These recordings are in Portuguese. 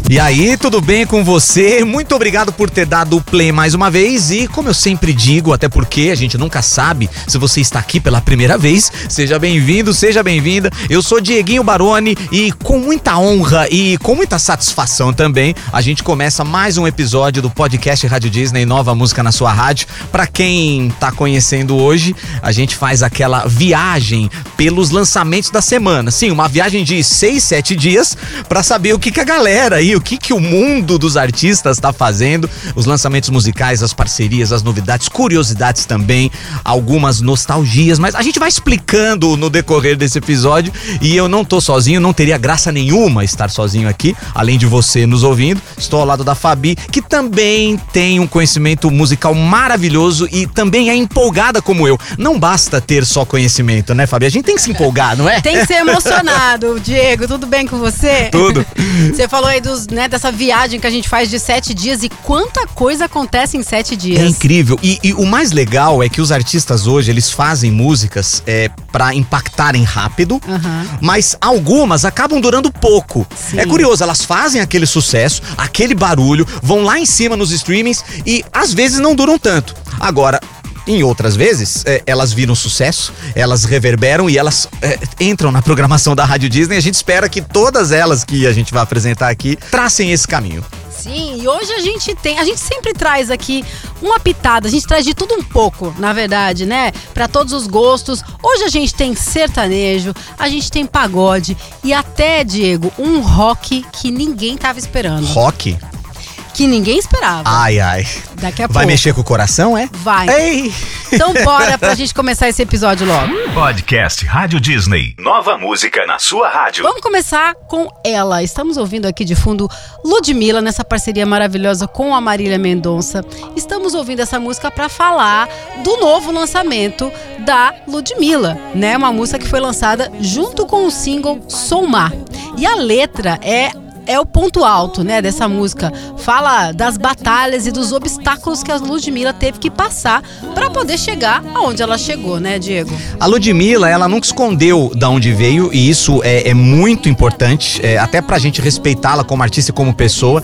E aí, tudo bem com você? Muito obrigado por ter dado o play mais uma vez e, como eu sempre digo, até porque a gente nunca sabe se você está aqui pela primeira vez, seja bem-vindo, seja bem-vinda. Eu sou Dieguinho Baroni e com muita honra e com muita satisfação também, a gente começa mais um episódio do podcast Rádio Disney, Nova Música na Sua Rádio. Para quem tá conhecendo hoje, a gente faz aquela viagem pelos lançamentos da semana. Sim, uma viagem de 6, 7 dias para saber o que a galera aí, o que o mundo dos artistas está fazendo, os lançamentos musicais, as parcerias, as novidades, curiosidades também, algumas nostalgias, mas a gente vai explicando no decorrer desse episódio e eu não tô sozinho, não teria graça nenhuma estar sozinho aqui, além de você nos ouvindo. Estou ao lado da Fabi, que também tem um conhecimento musical maravilhoso e também é empolgada como eu. Não basta ter só conhecimento, né, Fabi? A gente tem que se empolgar, não é? Tem que ser emocionado. Diego, tudo bem com você? Tudo. Você falou aí dessa viagem que a gente faz de 7 dias e quanta coisa acontece em 7 dias. É incrível. E o mais legal é que os artistas hoje, eles fazem músicas pra impactarem rápido, mas algumas acabam durando pouco. Sim. É curioso, elas fazem aquele sucesso, aquele barulho, vão lá em cima nos streamings e às vezes não duram tanto. Agora, em outras vezes, elas viram sucesso, elas reverberam e elas entram na programação da Rádio Disney. A gente espera que todas elas que a gente vai apresentar aqui tracem esse caminho. Sim, e hoje a gente sempre traz aqui uma pitada, a gente traz de tudo um pouco, na verdade, né? Pra todos os gostos. Hoje a gente tem sertanejo, a gente tem pagode e até, Diego, um rock que ninguém tava esperando. Rock? Que ninguém esperava. Ai, ai. Daqui a pouco. Vai mexer com o coração, é? Vai. Ei! Então bora pra gente começar esse episódio logo. Podcast Rádio Disney. Nova música na sua rádio. Vamos começar com ela. Estamos ouvindo aqui de fundo Ludmilla, nessa parceria maravilhosa com a Marília Mendonça. Estamos ouvindo essa música pra falar do novo lançamento da Ludmilla, né? Uma música que foi lançada junto com o single Soulmar. E a letra é o ponto alto, né, dessa música. Fala das batalhas e dos obstáculos que a Ludmilla teve que passar para poder chegar aonde ela chegou, né, Diego? A Ludmilla, ela nunca escondeu de onde veio e isso é muito importante, até pra gente respeitá-la como artista e como pessoa.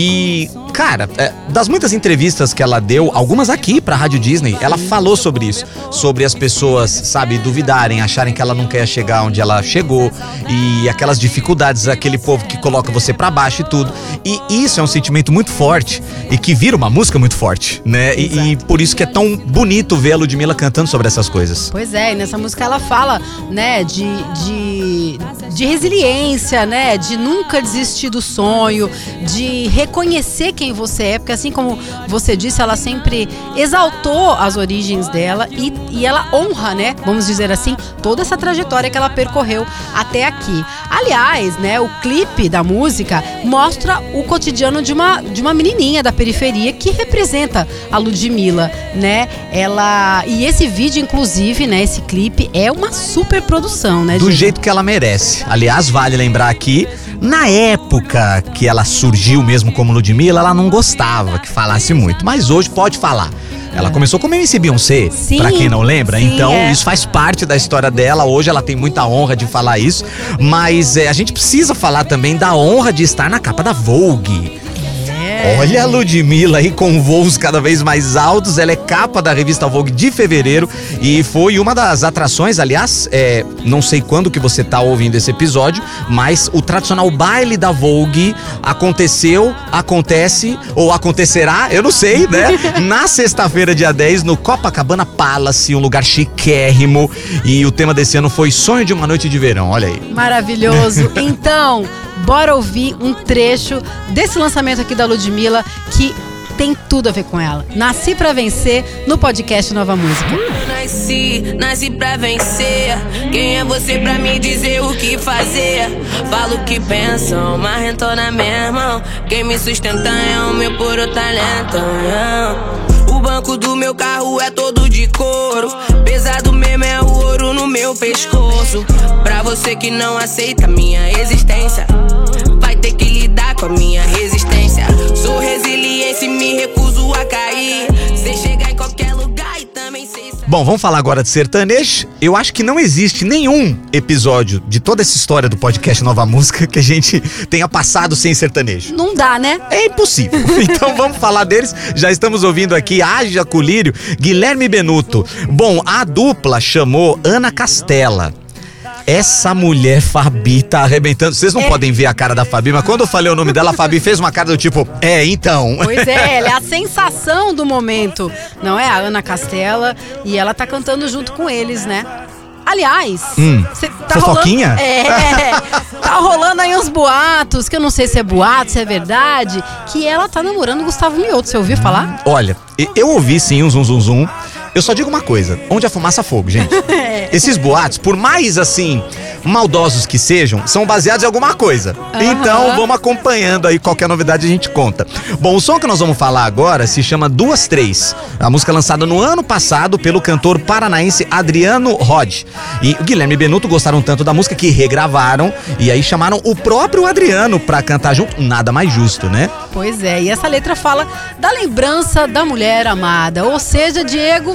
E, cara, das muitas entrevistas que ela deu, algumas aqui pra Rádio Disney, ela falou sobre isso, sobre as pessoas, sabe, duvidarem, acharem que ela nunca ia chegar onde ela chegou e aquelas dificuldades, aquele povo que coloca você pra baixo e tudo. E isso é um sentimento muito forte e que vira uma música muito forte, né? E por isso que é tão bonito ver a Ludmilla cantando sobre essas coisas. Pois é, e nessa música ela fala, né, de resiliência, né, de nunca desistir do sonho, de reconhecer quem você é, porque assim como você disse, ela sempre exaltou as origens dela e ela honra, né, vamos dizer assim, toda essa trajetória que ela percorreu até aqui. Aliás, né, o clipe da música mostra o cotidiano de uma menininha da periferia que representa a Ludmilla, né? E esse vídeo, inclusive, né, esse clipe é uma super produção, né, do jeito que ela merece. Aliás, vale lembrar aqui, na época que ela surgiu mesmo como Ludmilla, ela não gostava que falasse muito, mas hoje pode falar. Ela começou como MC Beyoncé, pra quem não lembra, então isso faz parte da história dela. Hoje ela tem muita honra de falar isso, mas a gente precisa falar também da honra de estar na capa da Vogue. Olha a Ludmilla aí com voos cada vez mais altos. Ela é capa da revista Vogue de fevereiro e foi uma das atrações. Aliás, não sei quando que você tá ouvindo esse episódio, mas o tradicional baile da Vogue acontece ou acontecerá, eu não sei, né? Na sexta-feira, dia 10, no Copacabana Palace, um lugar chiquérrimo. E o tema desse ano foi Sonho de uma Noite de Verão, olha aí. Maravilhoso. Então, bora ouvir um trecho desse lançamento aqui da Ludmilla que tem tudo a ver com ela. Nasci pra vencer no podcast Nova Música. Nasci pra vencer. Quem é você pra me dizer o que fazer? Falo o que pensam, mas rentou na minha mão. Quem me sustenta é o meu puro talento. O banco do meu carro é todo de couro. Pesado mesmo é o ouro no meu pescoço. Pra você que não aceita minha existência, vai ter que lidar com a minha resistência. Sou resiliência e me recuso a cair. Sei chegar em qualquer lugar e também sei sair. Bom, vamos falar agora de sertanejo. Eu acho que não existe nenhum episódio de toda essa história do podcast Nova Música que a gente tenha passado sem sertanejo. Não dá, né? É impossível. Então vamos falar deles. Já estamos ouvindo aqui Haja Colírio, Guilherme Benuto. Bom, a dupla chamou Ana Castela. Essa mulher, Fabi, tá arrebentando. Vocês não podem ver a cara da Fabi, mas quando eu falei o nome dela, a Fabi fez uma cara do tipo, então. Pois é, ela é a sensação do momento. Não é a Ana Castela e ela tá cantando junto com eles, né? Aliás, tá fofoquinha? Tá rolando aí uns boatos, que eu não sei se é boato, se é verdade, que ela tá namorando o Gustavo Mioto. Você ouviu falar? Olha, eu ouvi sim um zum. Eu só digo uma coisa, onde a fumaça fogo, gente. Esses boatos, por mais assim, maldosos que sejam, são baseados em alguma coisa. Então vamos acompanhando aí, qualquer novidade a gente conta. Bom, o som que nós vamos falar agora se chama 2-3. A música lançada no ano passado pelo cantor paranaense Adriano Rod. E o Guilherme e Benuto gostaram tanto da música que regravaram e aí chamaram o próprio Adriano pra cantar junto. Nada mais justo, né? Pois é, e essa letra fala da lembrança da mulher amada. Ou seja, Diego...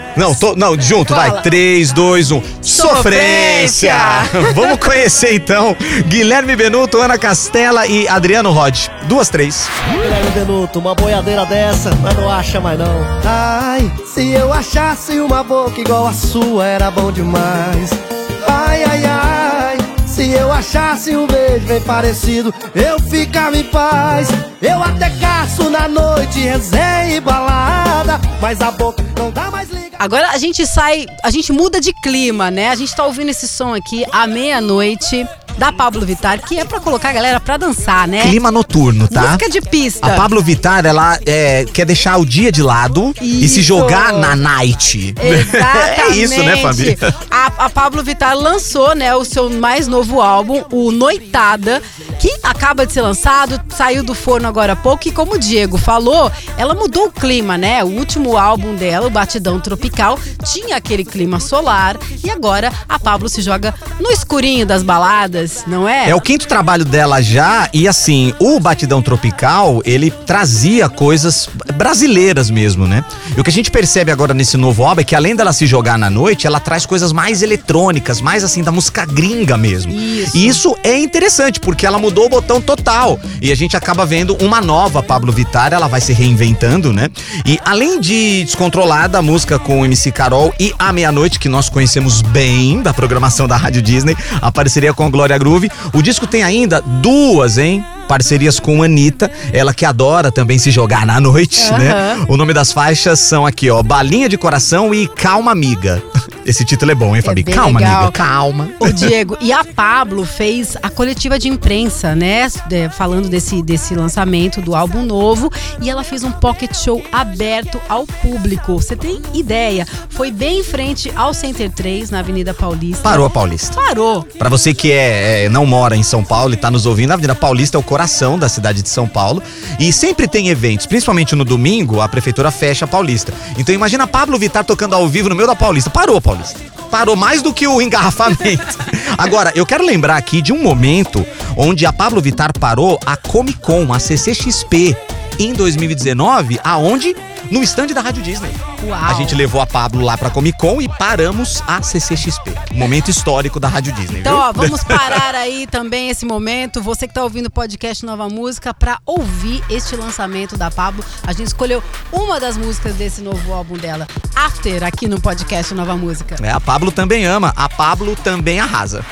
Não, junto, Fala. vai. 3, 2, 1. Sofrência! Vamos conhecer então Guilherme Benuto, Ana Castela e Adriano Rod. 2-3. Guilherme Benuto, uma boiadeira dessa, mas não acha mais não. Ai, se eu achasse uma boca igual a sua, era bom demais. Ai, ai, ai, se eu achasse um beijo bem parecido, eu ficava em paz. Eu até caço na noite, resenha e balada, mas a boca não dá mais liga. Agora a gente muda de clima, né? A gente tá ouvindo esse som aqui à meia-noite da Pablo Vittar, que é pra colocar a galera pra dançar, né? Clima noturno, tá? Música de pista. A Pablo Vittar, ela quer deixar o dia de lado e se jogar na night. Exatamente. É isso, né, Fabi? A Pablo Vittar lançou, né, o seu mais novo álbum, o Noitada, que acaba de ser lançado, saiu do forno agora há pouco e como o Diego falou, ela mudou o clima, né? O último álbum dela, o Batidão Tropical, tinha aquele clima solar e agora a Pablo se joga no escurinho das baladas, não é? É o quinto trabalho dela já e assim, o Batidão Tropical, ele trazia coisas brasileiras mesmo, né? E o que a gente percebe agora nesse novo álbum é que além dela se jogar na noite, ela traz coisas mais eletrônicas, mais assim, da música gringa mesmo. Isso. E isso é interessante, porque ela mudou o botão total. E a gente acaba vendo uma nova Pablo Vittar, ela vai se reinventando, né? E além de Descontrolada, a música com o MC Carol e A Meia-Noite, que nós conhecemos bem da programação da Rádio Disney, a parceria com a Glória Groove. O disco tem ainda duas, parcerias com a Anitta, ela que adora também se jogar na noite, né? O nome das faixas são aqui, ó, Balinha de Coração e Calma Amiga. Esse título é bom, hein, Fabi? bem Calma, legal. amiga, calma. O Diego, e a Pablo fez a coletiva de imprensa, né? Falando desse lançamento do álbum novo. E ela fez um pocket show aberto ao público. Você tem ideia? Foi bem em frente ao Center 3, na Avenida Paulista. Parou a Paulista. Parou. Pra você que não mora em São Paulo e tá nos ouvindo, a Avenida Paulista é o coração da cidade de São Paulo. E sempre tem eventos, principalmente no domingo, a prefeitura fecha a Paulista. Então imagina a Pablo Vittar tocando ao vivo no meio da Paulista. Parou a Paulista. Parou mais do que o engarrafamento. Agora, eu quero lembrar aqui de um momento onde a Pablo Vittar parou a Comic Con, a CCXP, em 2019, aonde? No stand da Rádio Disney. Uau. A gente levou a Pablo lá pra Comic Con e paramos a CCXP. Momento histórico da Rádio Disney, Então, viu? ó, vamos parar aí também esse momento. Você que tá ouvindo o podcast Nova Música pra ouvir este lançamento da Pablo. A gente escolheu uma das músicas desse novo álbum dela, After, aqui no podcast Nova Música. A Pablo também ama, a Pablo também arrasa.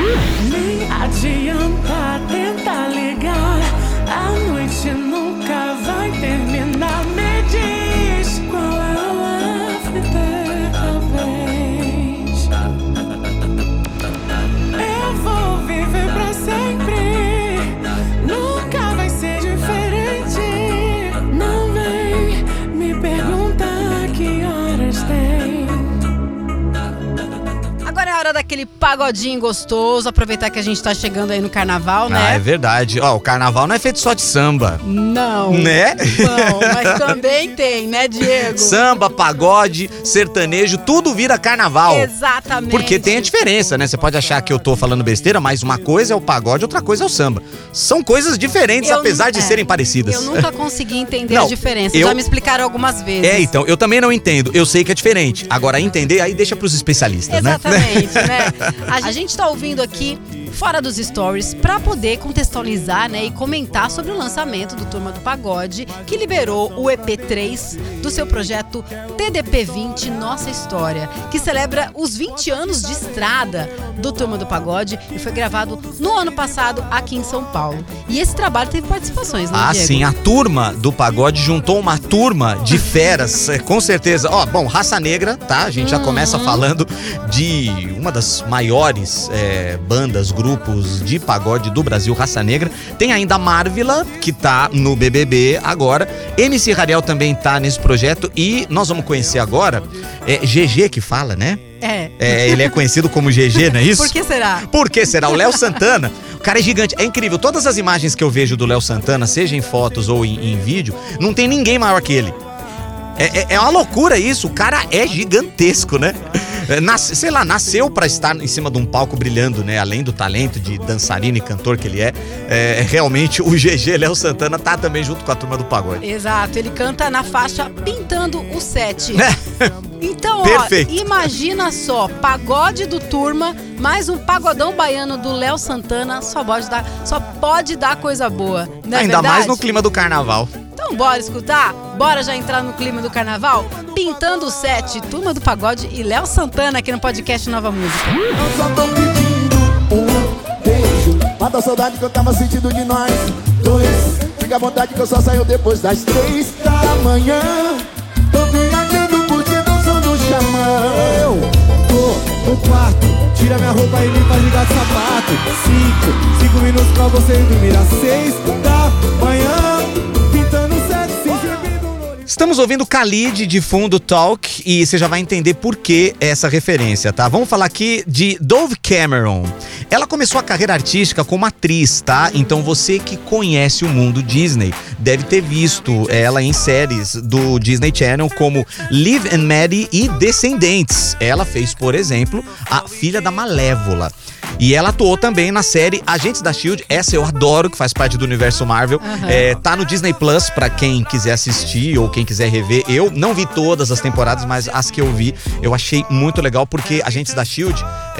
Nem adianta tentar ligar, a noite nunca vai terminar. Me diz qual é o after, talvez. Eu vou viver pra sempre, nunca vai ser diferente. Não vem me perguntar que horas tem. Agora é a hora aquele pagodinho gostoso, aproveitar que a gente tá chegando aí no carnaval, né? Ah, é verdade. Ó, o carnaval não é feito só de samba. Não. Né? Não, mas também tem, né, Diego? Samba, pagode, sertanejo, tudo vira carnaval. Exatamente. Porque tem a diferença, né? Você pode achar que eu tô falando besteira, mas uma coisa é o pagode, outra coisa é o samba. São coisas diferentes, apesar de serem parecidas. Eu nunca consegui entender Não, a diferença. eu- Já me explicaram algumas vezes. É, então, eu também não entendo. Eu sei que é diferente. Agora, entender, aí deixa pros especialistas, Exatamente, né? A gente tá ouvindo aqui fora dos stories pra poder contextualizar, né, e comentar sobre o lançamento do Turma do Pagode, que liberou o EP3 do seu projeto TDP20 Nossa História, que celebra os 20 anos de estrada do Turma do Pagode e foi gravado no ano passado aqui em São Paulo. E esse trabalho teve participações, né, Ah, Diego? sim, a turma do pagode juntou uma turma de feras, com certeza. Ó, bom, Raça Negra, tá? A gente já começa falando de uma das maiores bandas, grupos de pagode do Brasil, Raça Negra. Tem ainda a Marvila, que tá no BBB agora. MC Rariel também tá nesse projeto e nós vamos conhecer agora GG que fala, né? Ele é conhecido como GG, não é isso? Por que será? Por que será? O Léo Santana, o cara é gigante, é incrível. Todas as imagens que eu vejo do Léo Santana, seja em fotos ou em vídeo, não tem ninguém maior que ele. É uma loucura isso, o cara é gigantesco, né? Nasceu pra estar em cima de um palco brilhando, né? Além do talento de dançarino e cantor que ele realmente o GG Léo Santana tá também junto com a turma do pagode. Exato, ele canta na faixa Pintando o Sete. Então, Perfeito. ó, imagina só, pagode do Turma, mais um pagodão baiano do Léo Santana, só pode dar coisa boa, não é Ainda verdade? mais no clima do carnaval. Então bora escutar? Bora já entrar no clima do carnaval? Pintando o Sete, Turma do Pagode e Léo Santana aqui no podcast Nova Música. Eu só tô pedindo um beijo. Mata a saudade que eu tava sentindo de nós dois. Fica à vontade que eu só saio depois das 3 da manhã. Tô viajando, curtindo o som do xamã. Eu tô no quarto, tira minha roupa e me faz ligar de sapato. 5 minutos pra você dormir às 6 da manhã. Pintando sete, se exibindo no horizonte. Estamos ouvindo Khalid de fundo Talk e você já vai entender por que essa referência, tá? Vamos falar aqui de Dove Cameron. Ela começou a carreira artística como atriz, tá? Então você que conhece o mundo Disney deve ter visto ela em séries do Disney Channel como Liv and Maddie e Descendentes. Ela fez, por exemplo, a filha da Malévola. E ela atuou também na série Agentes da S.H.I.E.L.D., essa eu adoro, que faz parte do universo Marvel. Tá no Disney Plus, pra quem quiser assistir ou quem quiser rever. Eu não vi todas as temporadas, mas as que eu vi, eu achei muito legal, porque Agentes da S.H.I.E.L.D.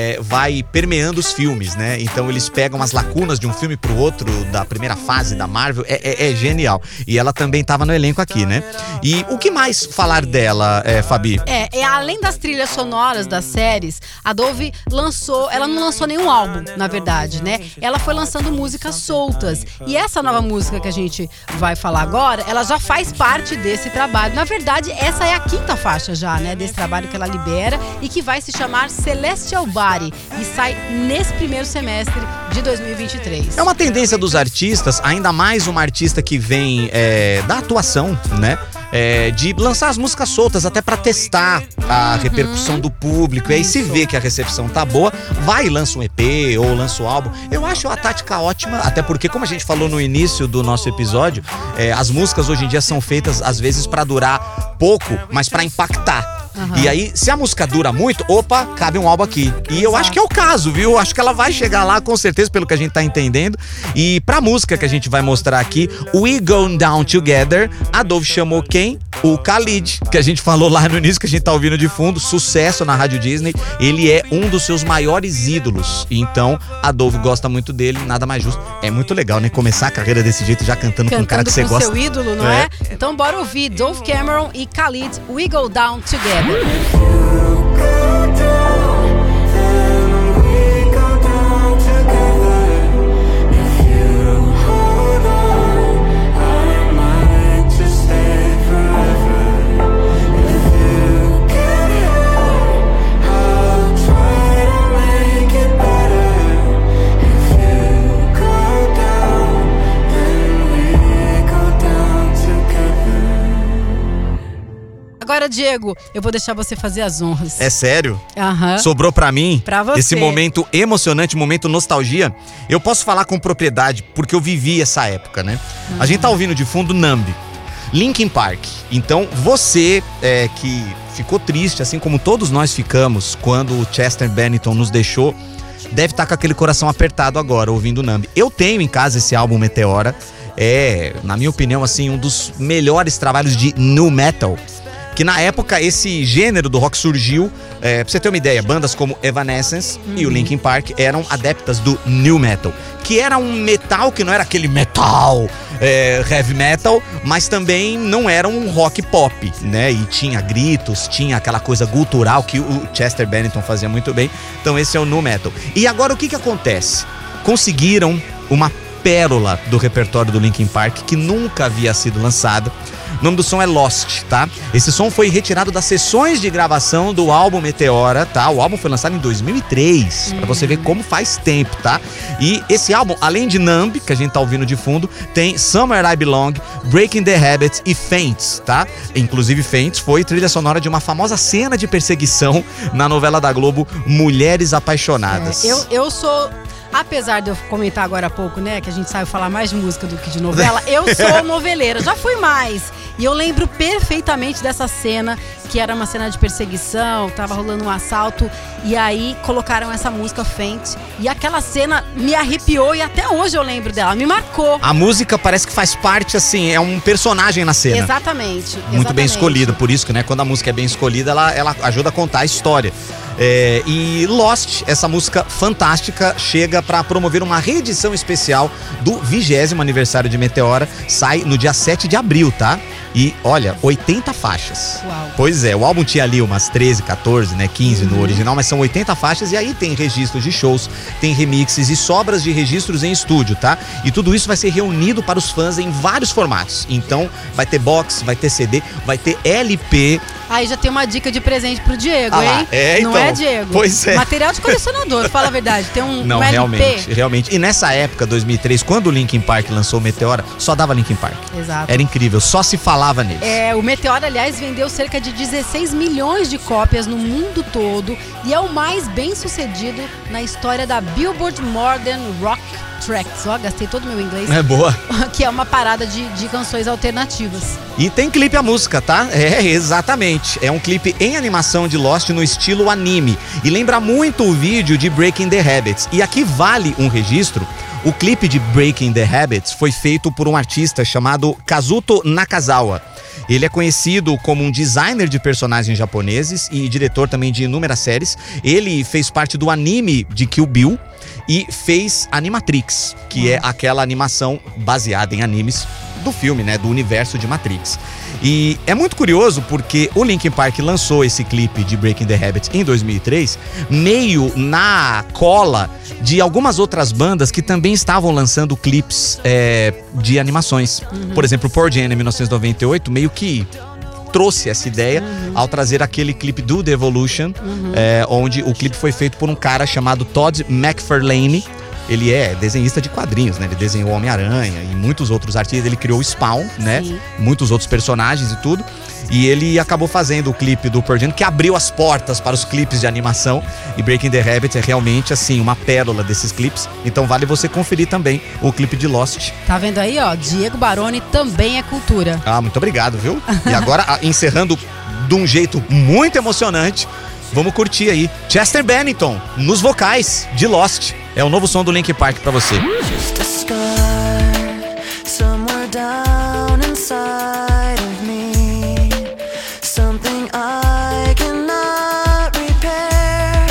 Vai permeando os filmes, né? Então eles pegam as lacunas de um filme pro outro, da primeira fase da Marvel, é genial. E ela também tava no elenco aqui, né? E o que mais falar dela, Fabi? Além das trilhas sonoras das séries, a Dove ela não lançou nenhum álbum, na verdade, né? Ela foi lançando músicas soltas. E essa nova música que a gente vai falar agora, ela já faz parte desse trabalho. Na verdade, essa é a 5ª faixa já, né? Desse trabalho que ela libera e que vai se chamar Celestial Body e sai nesse primeiro semestre de 2023. É uma tendência dos artistas, ainda mais uma artista que vem da atuação, né? De lançar as músicas soltas até pra testar a repercussão do público. E aí se vê que a recepção tá boa, vai e lança um EP ou lança um álbum. Eu acho a tática ótima, até porque, como a gente falou no início do nosso episódio, as músicas hoje em dia são feitas às vezes pra durar pouco, mas pra impactar. E aí, se a música dura muito, cabe um álbum aqui. E eu acho que é o caso, viu? Acho que ela vai chegar lá, com certeza, pelo que a gente tá entendendo. E pra música que a gente vai mostrar aqui, We Go Down Together, a Dove chamou quem? O Khalid, que a gente falou lá no início, que a gente tá ouvindo de fundo, sucesso na Rádio Disney. Ele é um dos seus maiores ídolos. Então, a Dove gosta muito dele, nada mais justo. É muito legal, né? Começar a carreira desse jeito, já cantando com um cara que você gosta. Cantando com seu ídolo, não é? Então, bora ouvir Dove Cameron e Khalid, We Go Down Together. agora, Diego, eu vou deixar você fazer as honras. É sério? Aham. Sobrou pra mim Pra você. esse momento emocionante, momento nostalgia. Eu posso falar com propriedade, porque eu vivi essa época, né? A gente tá ouvindo de fundo Numb, Linkin Park. Então, você que ficou triste, assim como todos nós ficamos quando o Chester Bennington nos deixou, deve estar com aquele coração apertado agora, ouvindo Numb. Eu tenho em casa esse álbum Meteora. É, na minha opinião, assim, um dos melhores trabalhos de nu metal. Que na época esse gênero do rock surgiu, pra você ter uma ideia, bandas como Evanescence e o Linkin Park eram adeptas do nu metal, que era um metal que não era aquele metal heavy metal, mas também não era um rock pop, né? E tinha gritos, tinha aquela coisa gutural que o Chester Bennington fazia muito bem. Então esse é o nu metal. E agora o que acontece? Conseguiram uma pérola do repertório do Linkin Park que nunca havia sido lançada. O nome do som é Lost, tá? Esse som foi retirado das sessões de gravação do álbum Meteora, tá? O álbum foi lançado em 2003, pra você ver como faz tempo, tá? E esse álbum, além de Numb, que a gente tá ouvindo de fundo, tem Somewhere I Belong, Breaking the Habit e Faints, tá? Inclusive Faints foi trilha sonora de uma famosa cena de perseguição na novela da Globo Mulheres Apaixonadas. Eu sou... Apesar de eu comentar agora há pouco, né, que a gente sabe falar mais de música do que de novela, eu sou noveleira, já fui mais. E eu lembro perfeitamente dessa cena, que era uma cena de perseguição, tava rolando um assalto, e aí colocaram essa música Faint, e aquela cena me arrepiou e até hoje eu lembro dela, me marcou. A música parece que faz parte, assim, é um personagem na cena. Exatamente. Muito bem escolhida, por isso que, né, quando a música é bem escolhida, ela ajuda a contar a história. E Lost, essa música fantástica, chega para promover uma reedição especial do 20º aniversário de Meteora. Sai no dia 7 de abril, tá? E olha, 80 faixas. Uau. Pois é, o álbum tinha ali umas 13, 14, né, 15 no original, mas são 80 faixas e aí tem registros de shows, tem remixes e sobras de registros em estúdio, tá? E tudo isso vai ser reunido para os fãs em vários formatos. Então, vai ter box, vai ter CD, vai ter LP. Aí já tem uma dica de presente pro Diego, hein? Então, não é, Diego? Pois é. Material de colecionador, fala a verdade. Tem um Não, LP. realmente. E nessa época, 2003, quando o Linkin Park lançou o Meteora, só dava Linkin Park. Exato. Era incrível, só se falava neles. O Meteora, aliás, vendeu cerca de 16 milhões de cópias no mundo todo e é o mais bem sucedido na história da Billboard Modern Rock Tracks. Ó, gastei todo o meu inglês. É boa. Que é uma parada de canções alternativas. E tem clipe a música, tá? Exatamente. É um clipe em animação de Lost no estilo anime. E lembra muito o vídeo de Breaking the Habits. E aqui vale um registro. O clipe de Breaking the Habits foi feito por um artista chamado Kazuto Nakazawa. Ele é conhecido como um designer de personagens japoneses e diretor também de inúmeras séries. Ele fez parte do anime de Kill Bill e fez Animatrix, que é aquela animação baseada em animes do filme, né, do universo de Matrix. E é muito curioso porque o Linkin Park lançou esse clipe de Breaking the Habit em 2003, meio na cola de algumas outras bandas que também estavam lançando clipes de animações. Por exemplo, o Pearl Jam em 1998 meio que trouxe essa ideia ao trazer aquele clipe do The Evolution, onde o clipe foi feito por um cara chamado Todd McFarlane. Ele é desenhista de quadrinhos, né? Ele desenhou Homem-Aranha e muitos outros artistas. Ele criou o Spawn, né? Sim. Muitos outros personagens e tudo. E ele acabou fazendo o clipe do Pearl Jam, que abriu as portas para os clipes de animação. E Breaking the Habit é realmente, assim, uma pérola desses clipes. Então vale você conferir também o clipe de Lost. Tá vendo aí, ó? Diego Baroni também é cultura. Ah, muito obrigado, viu? E agora, encerrando de um jeito muito emocionante, vamos curtir aí Chester Bennington nos vocais de Lost. É o novo som do Linkin Park pra você. Just a scar somewhere down inside of me, something I cannot repair,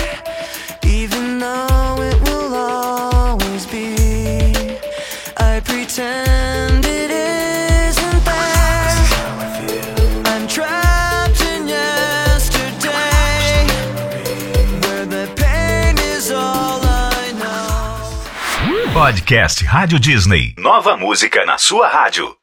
even though it will always be. I pretend it isn't there. I'm trapped in yesterday, where the pain is all I know. Podcast Rádio Disney. Nova música na sua rádio.